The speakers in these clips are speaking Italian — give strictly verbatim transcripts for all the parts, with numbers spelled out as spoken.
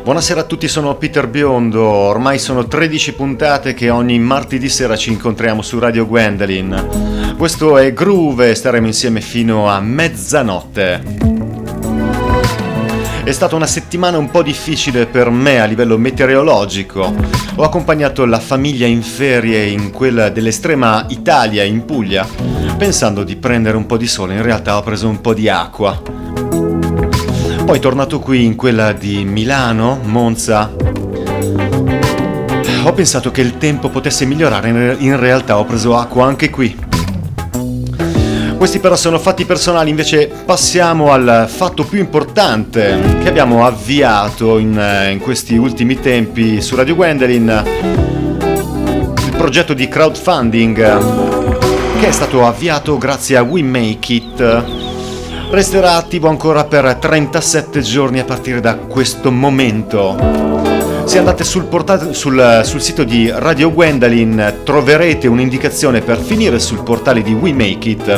Buonasera a tutti, sono Peter Biondo. Ormai sono tredici puntate che ogni martedì sera ci incontriamo su Radio Gwendolyn. Questo è Groove e staremo insieme fino a mezzanotte. È stata una settimana un po' difficile per me a livello meteorologico. Ho accompagnato la famiglia in ferie in quella dell'estrema Italia, in Puglia, pensando di prendere un po' di sole. In realtà ho preso un po' di acqua. Poi tornato qui in quella di Milano, Monza, ho pensato che il tempo potesse migliorare. In realtà ho preso acqua anche qui. Questi però sono fatti personali, invece passiamo al fatto più importante che abbiamo avviato in, in questi ultimi tempi su Radio Gwendolyn, il progetto di crowdfunding che è stato avviato grazie a We Make It. Resterà attivo ancora per trentasette giorni a partire da questo momento. Se andate sul, portale, sul, sul sito di Radio Gwendolyn troverete un'indicazione per finire sul portale di We Make It,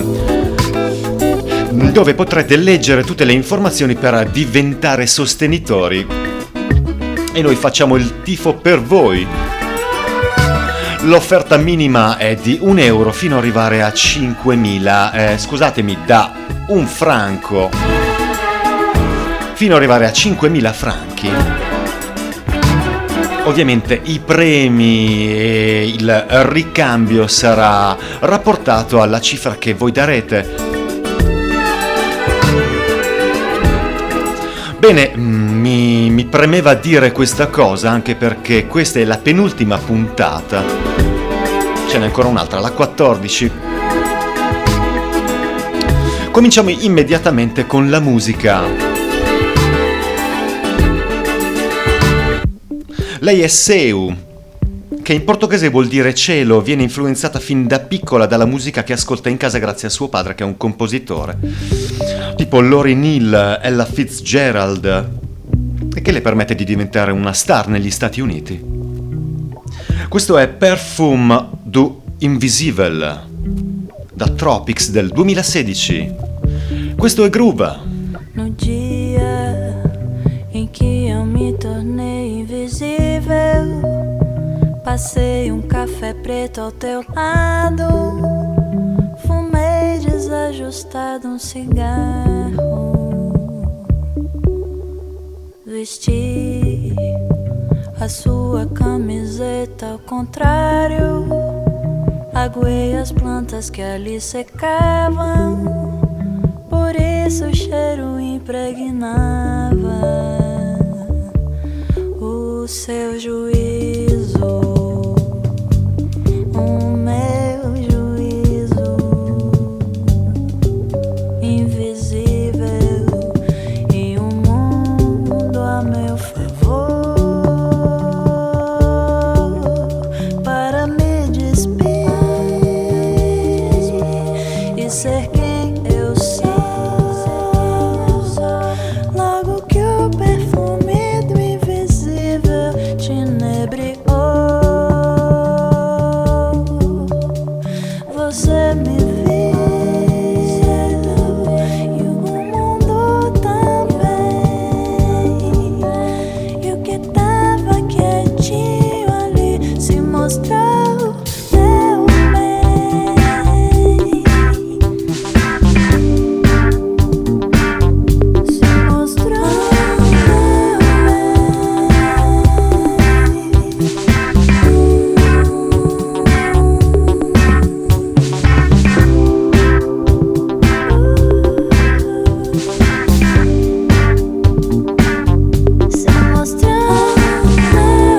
dove potrete leggere tutte le informazioni per diventare sostenitori. E noi facciamo il tifo per voi. L'offerta minima è di un euro fino ad arrivare a cinquemila, eh, scusatemi, da un franco fino ad arrivare a cinquemila franchi. Ovviamente i premi e il ricambio sarà rapportato alla cifra che voi darete. Bene, mi, mi premeva dire questa cosa anche perché questa è la penultima puntata. Ce n'è ancora un'altra, la quattordici. Cominciamo immediatamente con la musica. Lei è Seu, che in portoghese vuol dire cielo. Viene influenzata fin da piccola dalla musica che ascolta in casa grazie a suo padre, che è un compositore, tipo Lauryn Hill, Ella Fitzgerald, e che le permette di diventare una star negli Stati Uniti. Questo è Perfume du Invisible, da Tropics del duemilasedici. Questo è Groove. No dia em que eu me tornei invisível, passei um café preto ao teu lado, fumei desajustado um cigarro, vesti a sua camiseta ao contrário, aguei as plantas que ali secavam, por isso o cheiro impregnava o seu juízo, o meu juízo, invisível, e um mundo a meu favor, para me despir e ser quem eu sou. Logo que o perfume do invisível te inebriou, você me viu e o mundo também, e o que tava quietinho ali se mostrou meu bem, se mostrou se mostrou meu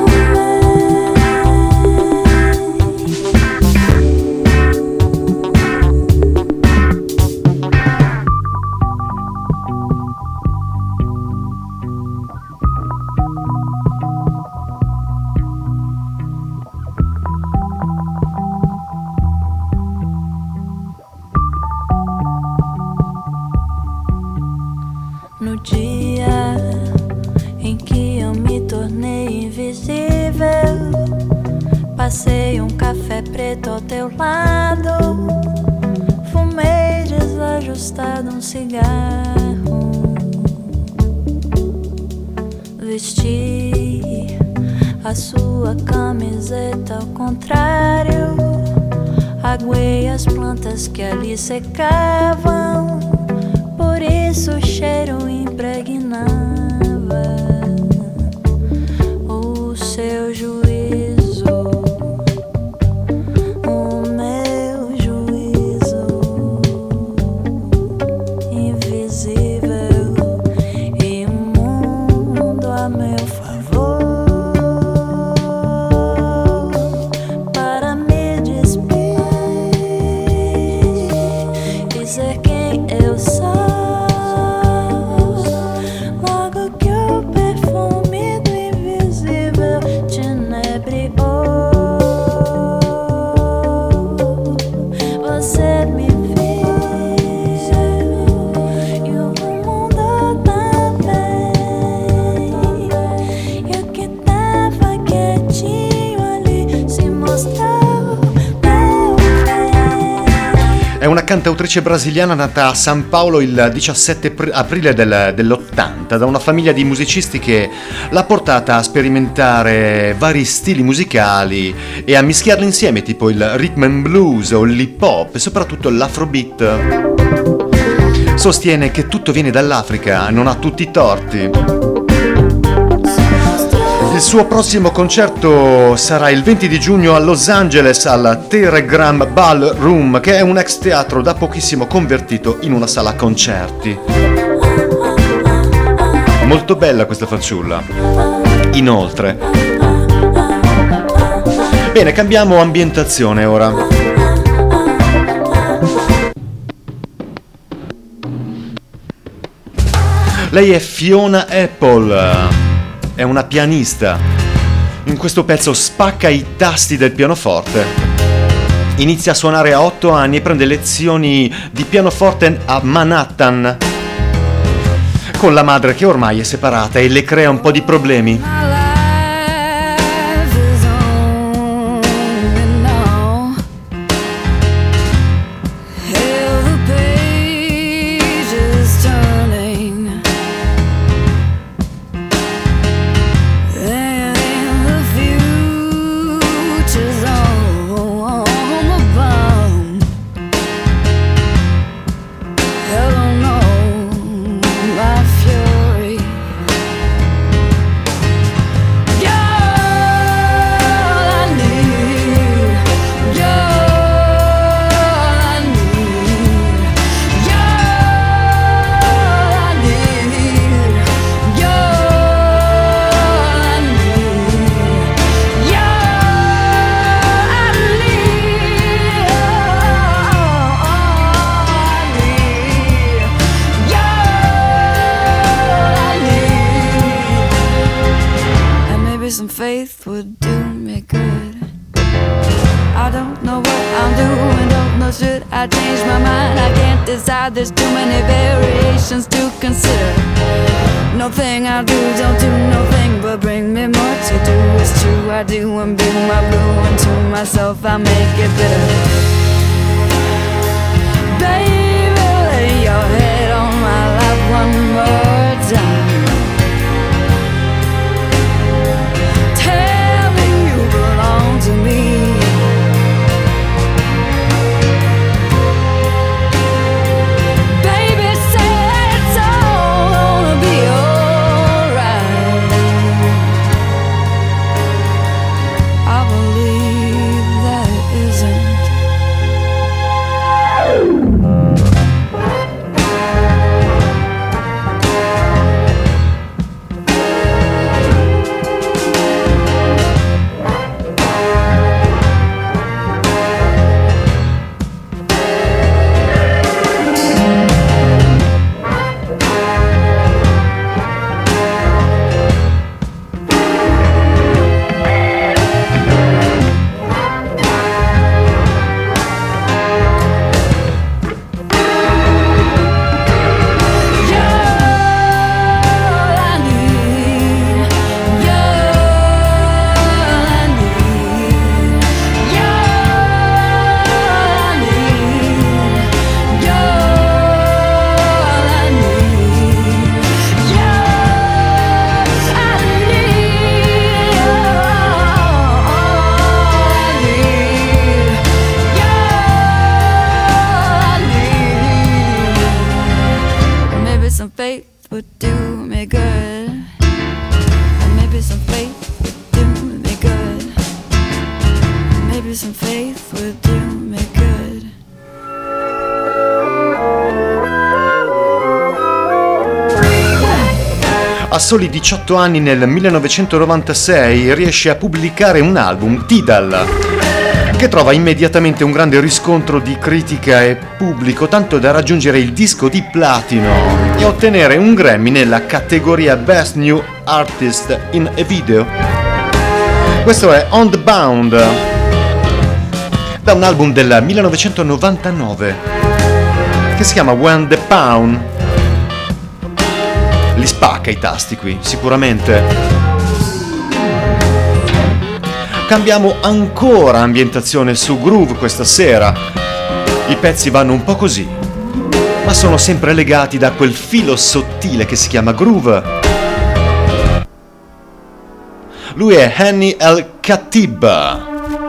no dia em que eu me tornei invisível, passei um café preto ao teu lado, fumei desajustado um cigarro, vestir a sua camiseta ao contrário. Aguei as plantas que ali secavam, por isso o cheiro impregnava o seu juízo, o meu juízo invisível e o mundo a meu favor para me despedir, dizer quem eu sou. Logo que o perfume do invisível te inebriou, você me fez e o mundo também. E o que tava quietinho ali se mostrou meu bem. È una cantautrice brasiliana nata a San Paolo il diciassette apri- aprile del- dell'ottanta da una famiglia di musicisti che l'ha portata a sperimentare vari stili musicali e a mischiarli insieme, tipo il rhythm and blues o l'hip hop e soprattutto l'afrobeat. Sostiene che tutto viene dall'Africa, non ha tutti i torti. Il suo prossimo concerto sarà il venti di giugno a Los Angeles al Telegram Ballroom, che è un ex teatro da pochissimo convertito in una sala concerti. Molto bella questa fanciulla. Inoltre. Bene, cambiamo ambientazione ora. Lei è Fiona Apple. È una pianista. In questo pezzo spacca i tasti del pianoforte. Inizia a suonare a otto anni e prende lezioni di pianoforte a Manhattan con la madre che ormai è separata e le crea un po' di problemi. There's too many variations to consider. Nothing I do, don't do nothing but bring me more to do. It's true, I do imbue my blue, and to myself I make it bitter. Baby, lay your head on my lap one more time. Tell me you belong to me. would do me good. And maybe some faith would do me good. Maybe some faith would do me good. A soli diciotto anni, nel millenovecentonovantasei, riesce a pubblicare un album, Tidal, che trova immediatamente un grande riscontro di critica e pubblico, tanto da raggiungere il disco di platino e ottenere un Grammy nella categoria Best New Artist in a Video. Questo è On the Bound, da un album del millenovecentonovantanove che si chiama When the Pound. Li spacca i tasti qui, sicuramente. Cambiamo ancora ambientazione su groove questa sera. I pezzi vanno un po' così, ma sono sempre legati da quel filo sottile che si chiama groove. Lui è Hani El-Khatib.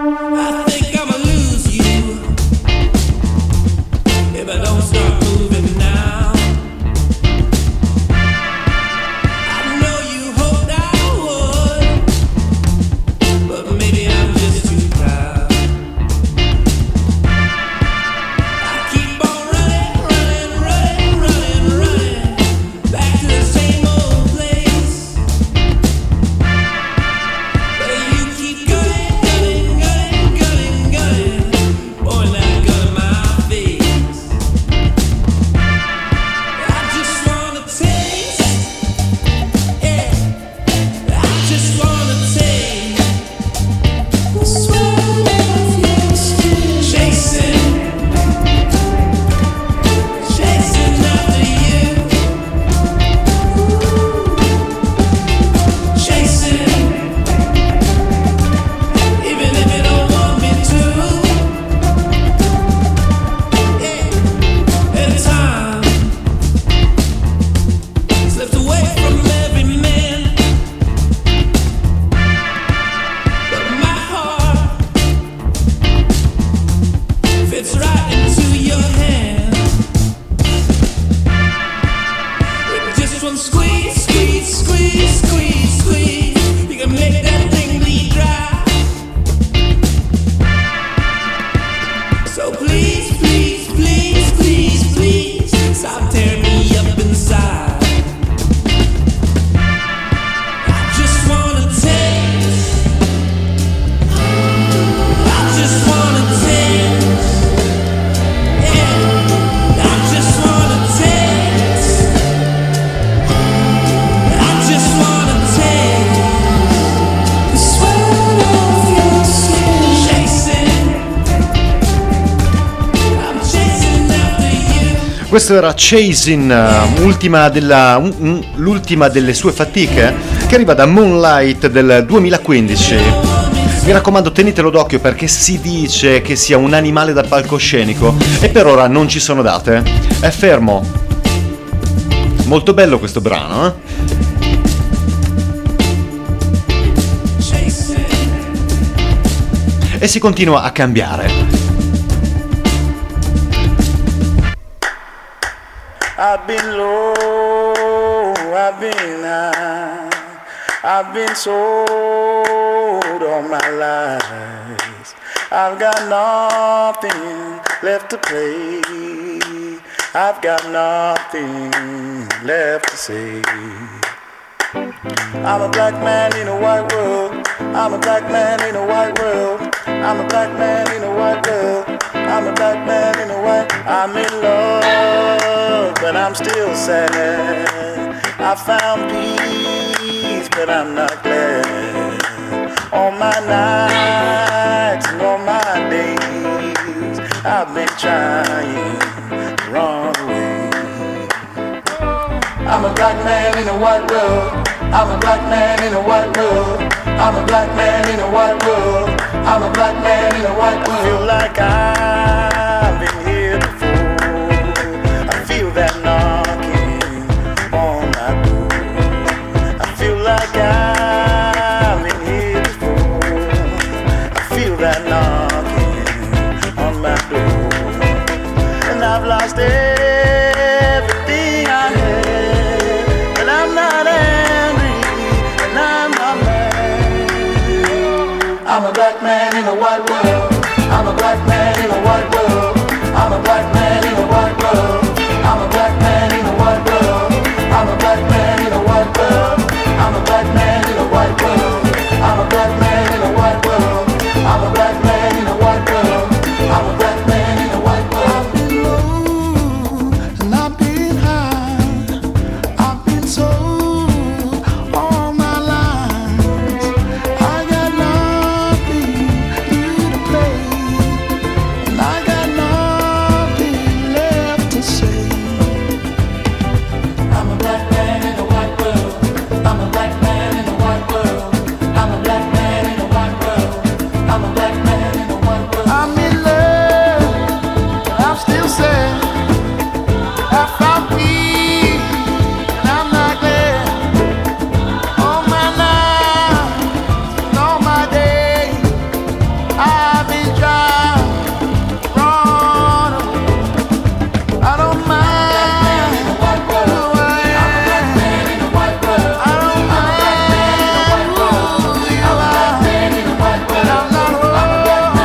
Questo era Chasing, ultima della, um, l'ultima delle sue fatiche, che arriva da Moonlight del duemilaquindici. Mi raccomando, tenetelo d'occhio perché si dice che sia un animale da palcoscenico e per ora non ci sono date. È fermo. Molto bello questo brano, eh? E si continua a cambiare. I've been low, I've been high, I've been sold all my life. I've got nothing left to play, I've got nothing left to say. I'm a black man in a white world, I'm a black man in a white world, I'm a black man in a white world, I'm a black man in a white. I'm in love, but I'm still sad. I found peace, but I'm not glad. All my nights and all my days, I've been trying the wrong way. I'm a black man in a white world, I'm a black man in a white world, I'm a black man in a white world, I'm a black man in a white world. I feel like I've been here before, I feel that knocking on my door. I feel like I've been here before, I feel that knocking on my door. And I've lost everything I had, I'm a black man in a white world. I'm a black man in a white world. I'm a black man in a white world. I'm a black man in a white world. I'm a black man in a white world. I'm a black man in a white world. I'm a black man in a white world. I'm a black man in a white world. I've been low and I've been high. I've been sold all my life. I got nothing new to play, and I got nothing left to say. I'm a black man in a white world. I'm a black man in a white world. I'm a black man in a white world. I'm a black man in a white world. I'm in love, but I'm still sad. I found peace, and I'm not glad. All my life, and all my days, I've been trying to run away. I don't mind who I am. I don't mind who you are. But I'm not wrong. I'm not wrong.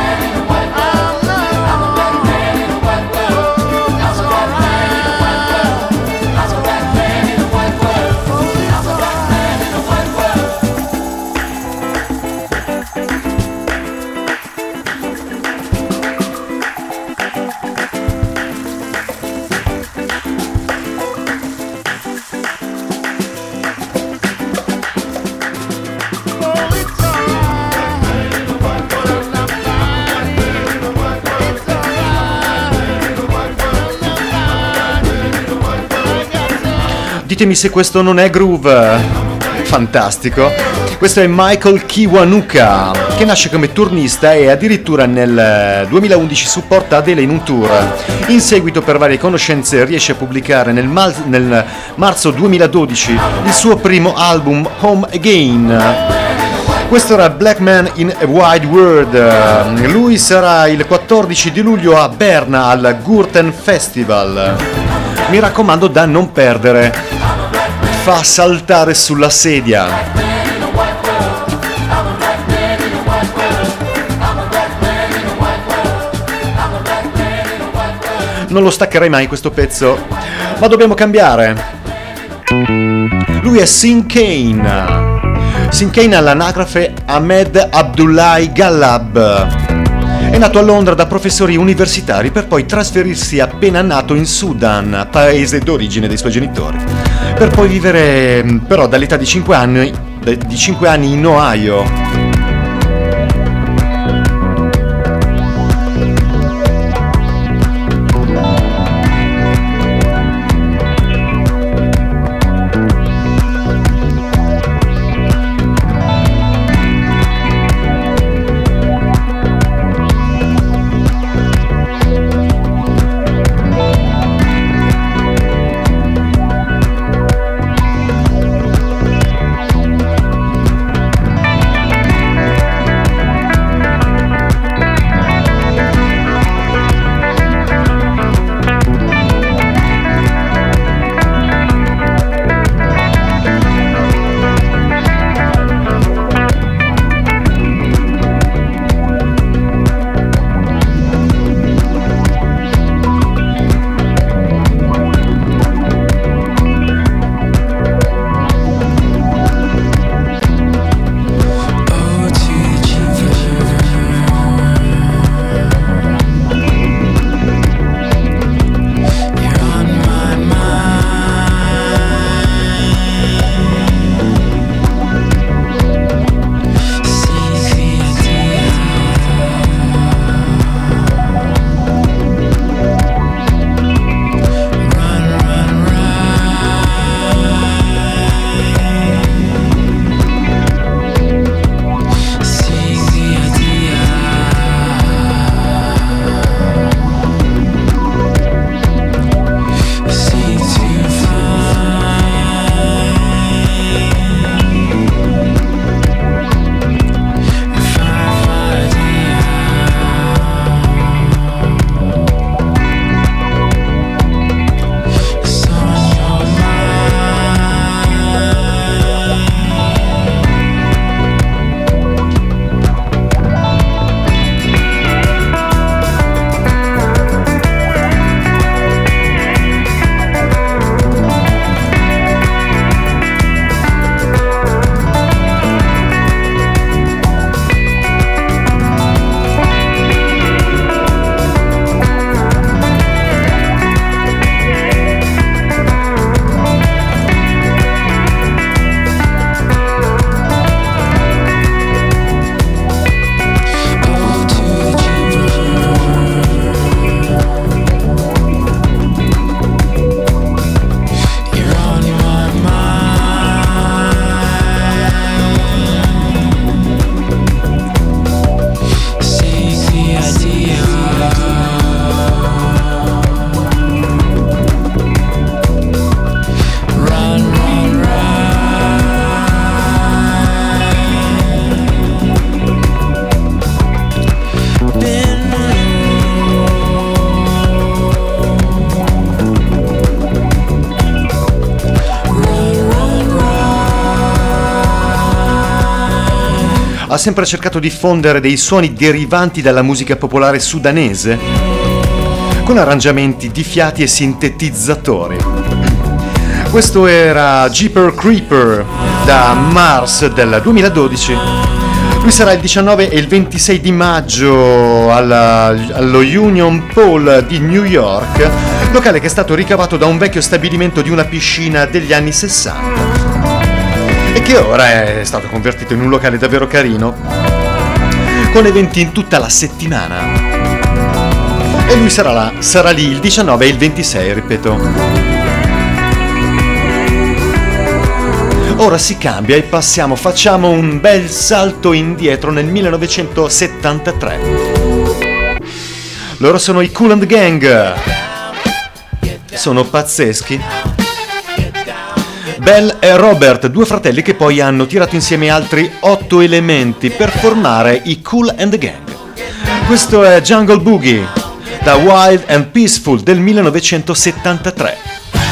It's alright. I'm a black man in a white world. I'm a black man in a white world. Oh, it's alright. I'm not fine. It's alright. Ditemi se questo non è groove. Fantastico. Questo è Michael Kiwanuka, che nasce come turnista e addirittura nel duemilaundici supporta Adele in un tour. In seguito, per varie conoscenze, riesce a pubblicare nel, mal- nel marzo duemiladodici il suo primo album Home Again. Questo era Black Man in a Wide World. Lui sarà il quattordici di luglio a Berna al Gurten Festival. Mi raccomando da non perdere. Fa saltare sulla sedia. Non lo staccherei mai questo pezzo, ma dobbiamo cambiare. Lui è Sin Kane. Sin Kane all'anagrafe Ahmed Abdullahi Gallab. È nato a Londra da professori universitari per poi trasferirsi appena nato in Sudan, paese d'origine dei suoi genitori, per poi vivere però dall'età di cinque anni, di cinque anni in Ohio. ha sempre cercato di fondere dei suoni derivanti dalla musica popolare sudanese con arrangiamenti di fiati e sintetizzatori. Questo era Jeeper Creeper da Mars del duemiladodici. Lui sarà il diciannove e il ventisei di maggio alla, allo Union Pole di New York, locale che è stato ricavato da un vecchio stabilimento di una piscina degli anni sessanta e che ora è stato convertito in un locale davvero carino, con eventi in tutta la settimana. E lui sarà, là, sarà lì il diciannove e il ventisei, ripeto. Ora si cambia e passiamo, facciamo un bel salto indietro nel millenovecentosettantatré. Loro sono i Kool and the Gang. Sono pazzeschi. Bell e Robert, due fratelli che poi hanno tirato insieme altri otto elementi per formare i Kool and the Gang. Questo è Jungle Boogie da Wild and Peaceful del millenovecentosettantatré.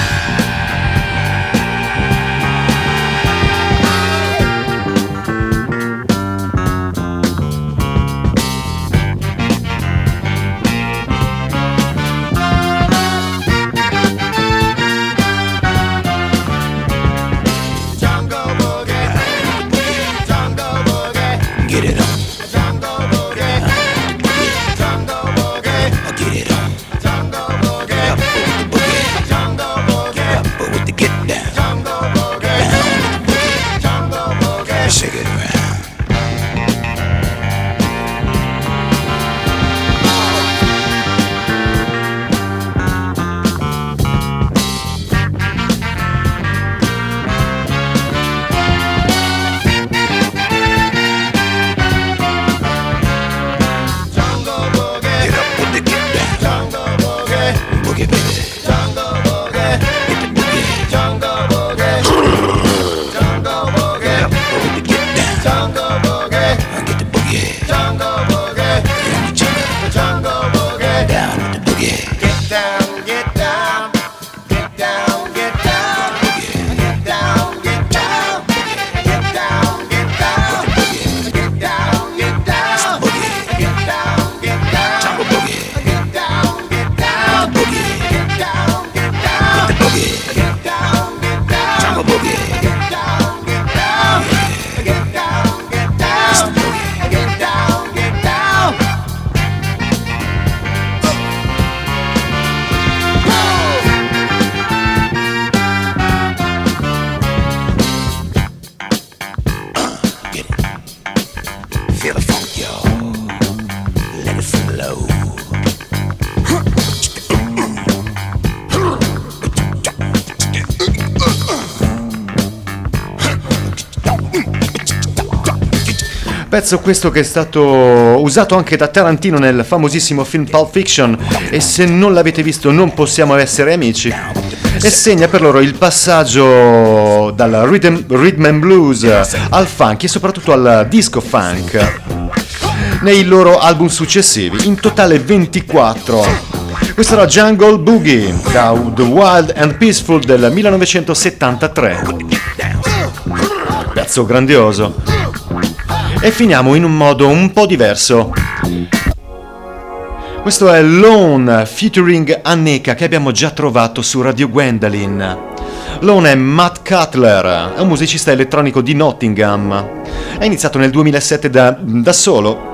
Pezzo questo che è stato usato anche da Tarantino nel famosissimo film Pulp Fiction, e se non l'avete visto non possiamo essere amici, e segna per loro il passaggio dal rhythm, rhythm and blues al funk e soprattutto al disco funk nei loro album successivi, in totale ventiquattro. Questo era Jungle Boogie da The Wild and Peaceful del millenovecentosettantatré, pezzo grandioso. E finiamo in un modo un po' diverso. Questo è Lone featuring Anneka, che abbiamo già trovato su Radio Gwendolyn. Lone è Matt Cutler, è un musicista elettronico di Nottingham. È iniziato nel duemilasette da, da solo.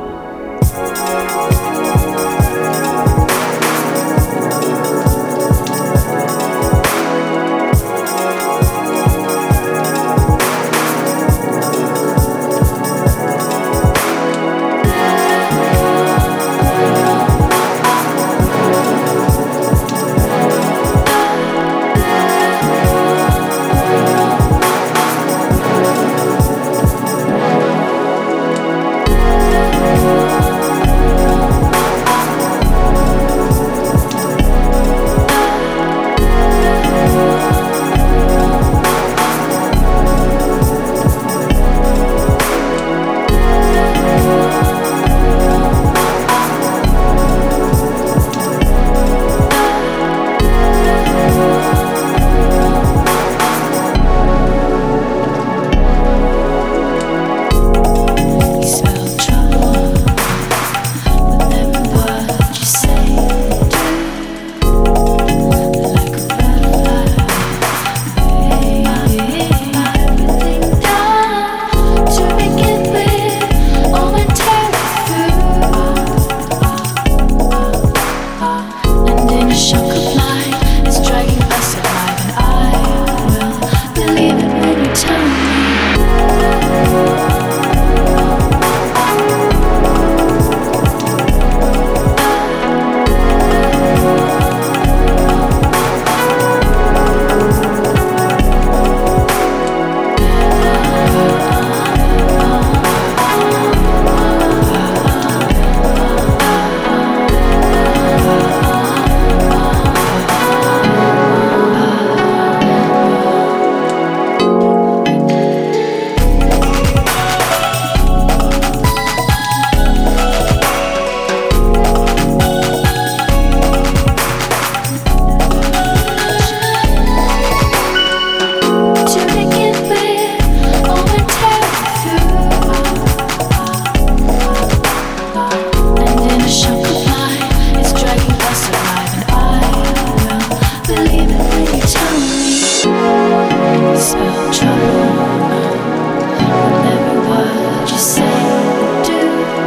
spell trouble with every word you say or do.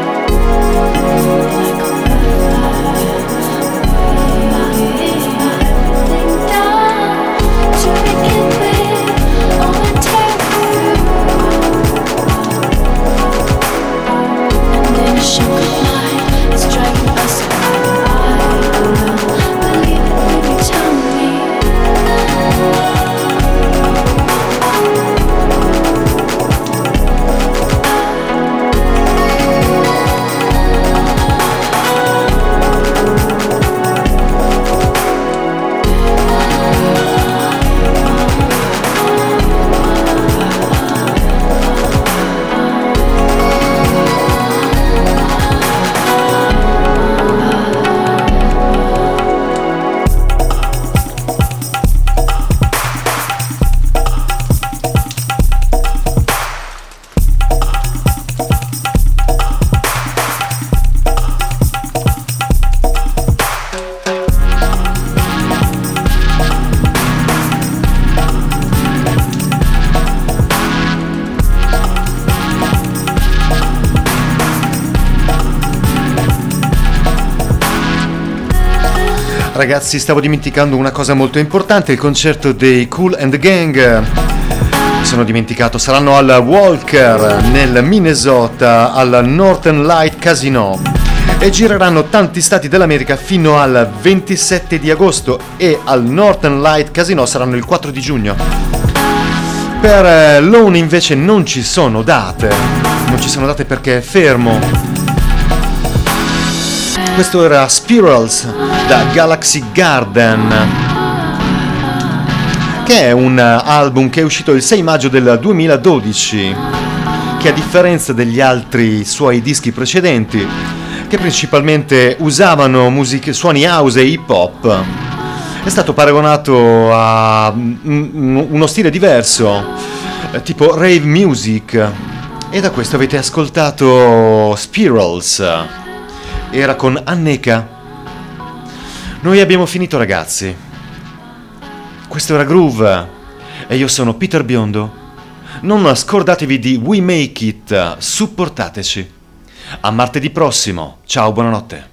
Like a butterfly, everything done to begin with, all and tear through. And then a shock of light is dragging us apart. I will believe it when you tell me. Ragazzi, stavo dimenticando una cosa molto importante, il concerto dei Kool and the Gang. Mi sono dimenticato, saranno al Walker nel Minnesota al Northern Light Casino e gireranno tanti stati dell'America fino al ventisette di agosto e al Northern Light Casino saranno il quattro di giugno. Per Lone invece non ci sono date, non ci sono date perché è fermo. Questo era Spirals da Galaxy Garden, che è un album che è uscito il sei maggio del duemiladodici, che a differenza degli altri suoi dischi precedenti, che principalmente usavano musiche, suoni house e hip hop, è stato paragonato a uno stile diverso, tipo rave music, e da questo avete ascoltato Spirals. Era con Anneka. Noi abbiamo finito, ragazzi. Questo era Groove e io sono Peter Biondo. Non scordatevi di We Make It, supportateci. A martedì prossimo. Ciao, buonanotte.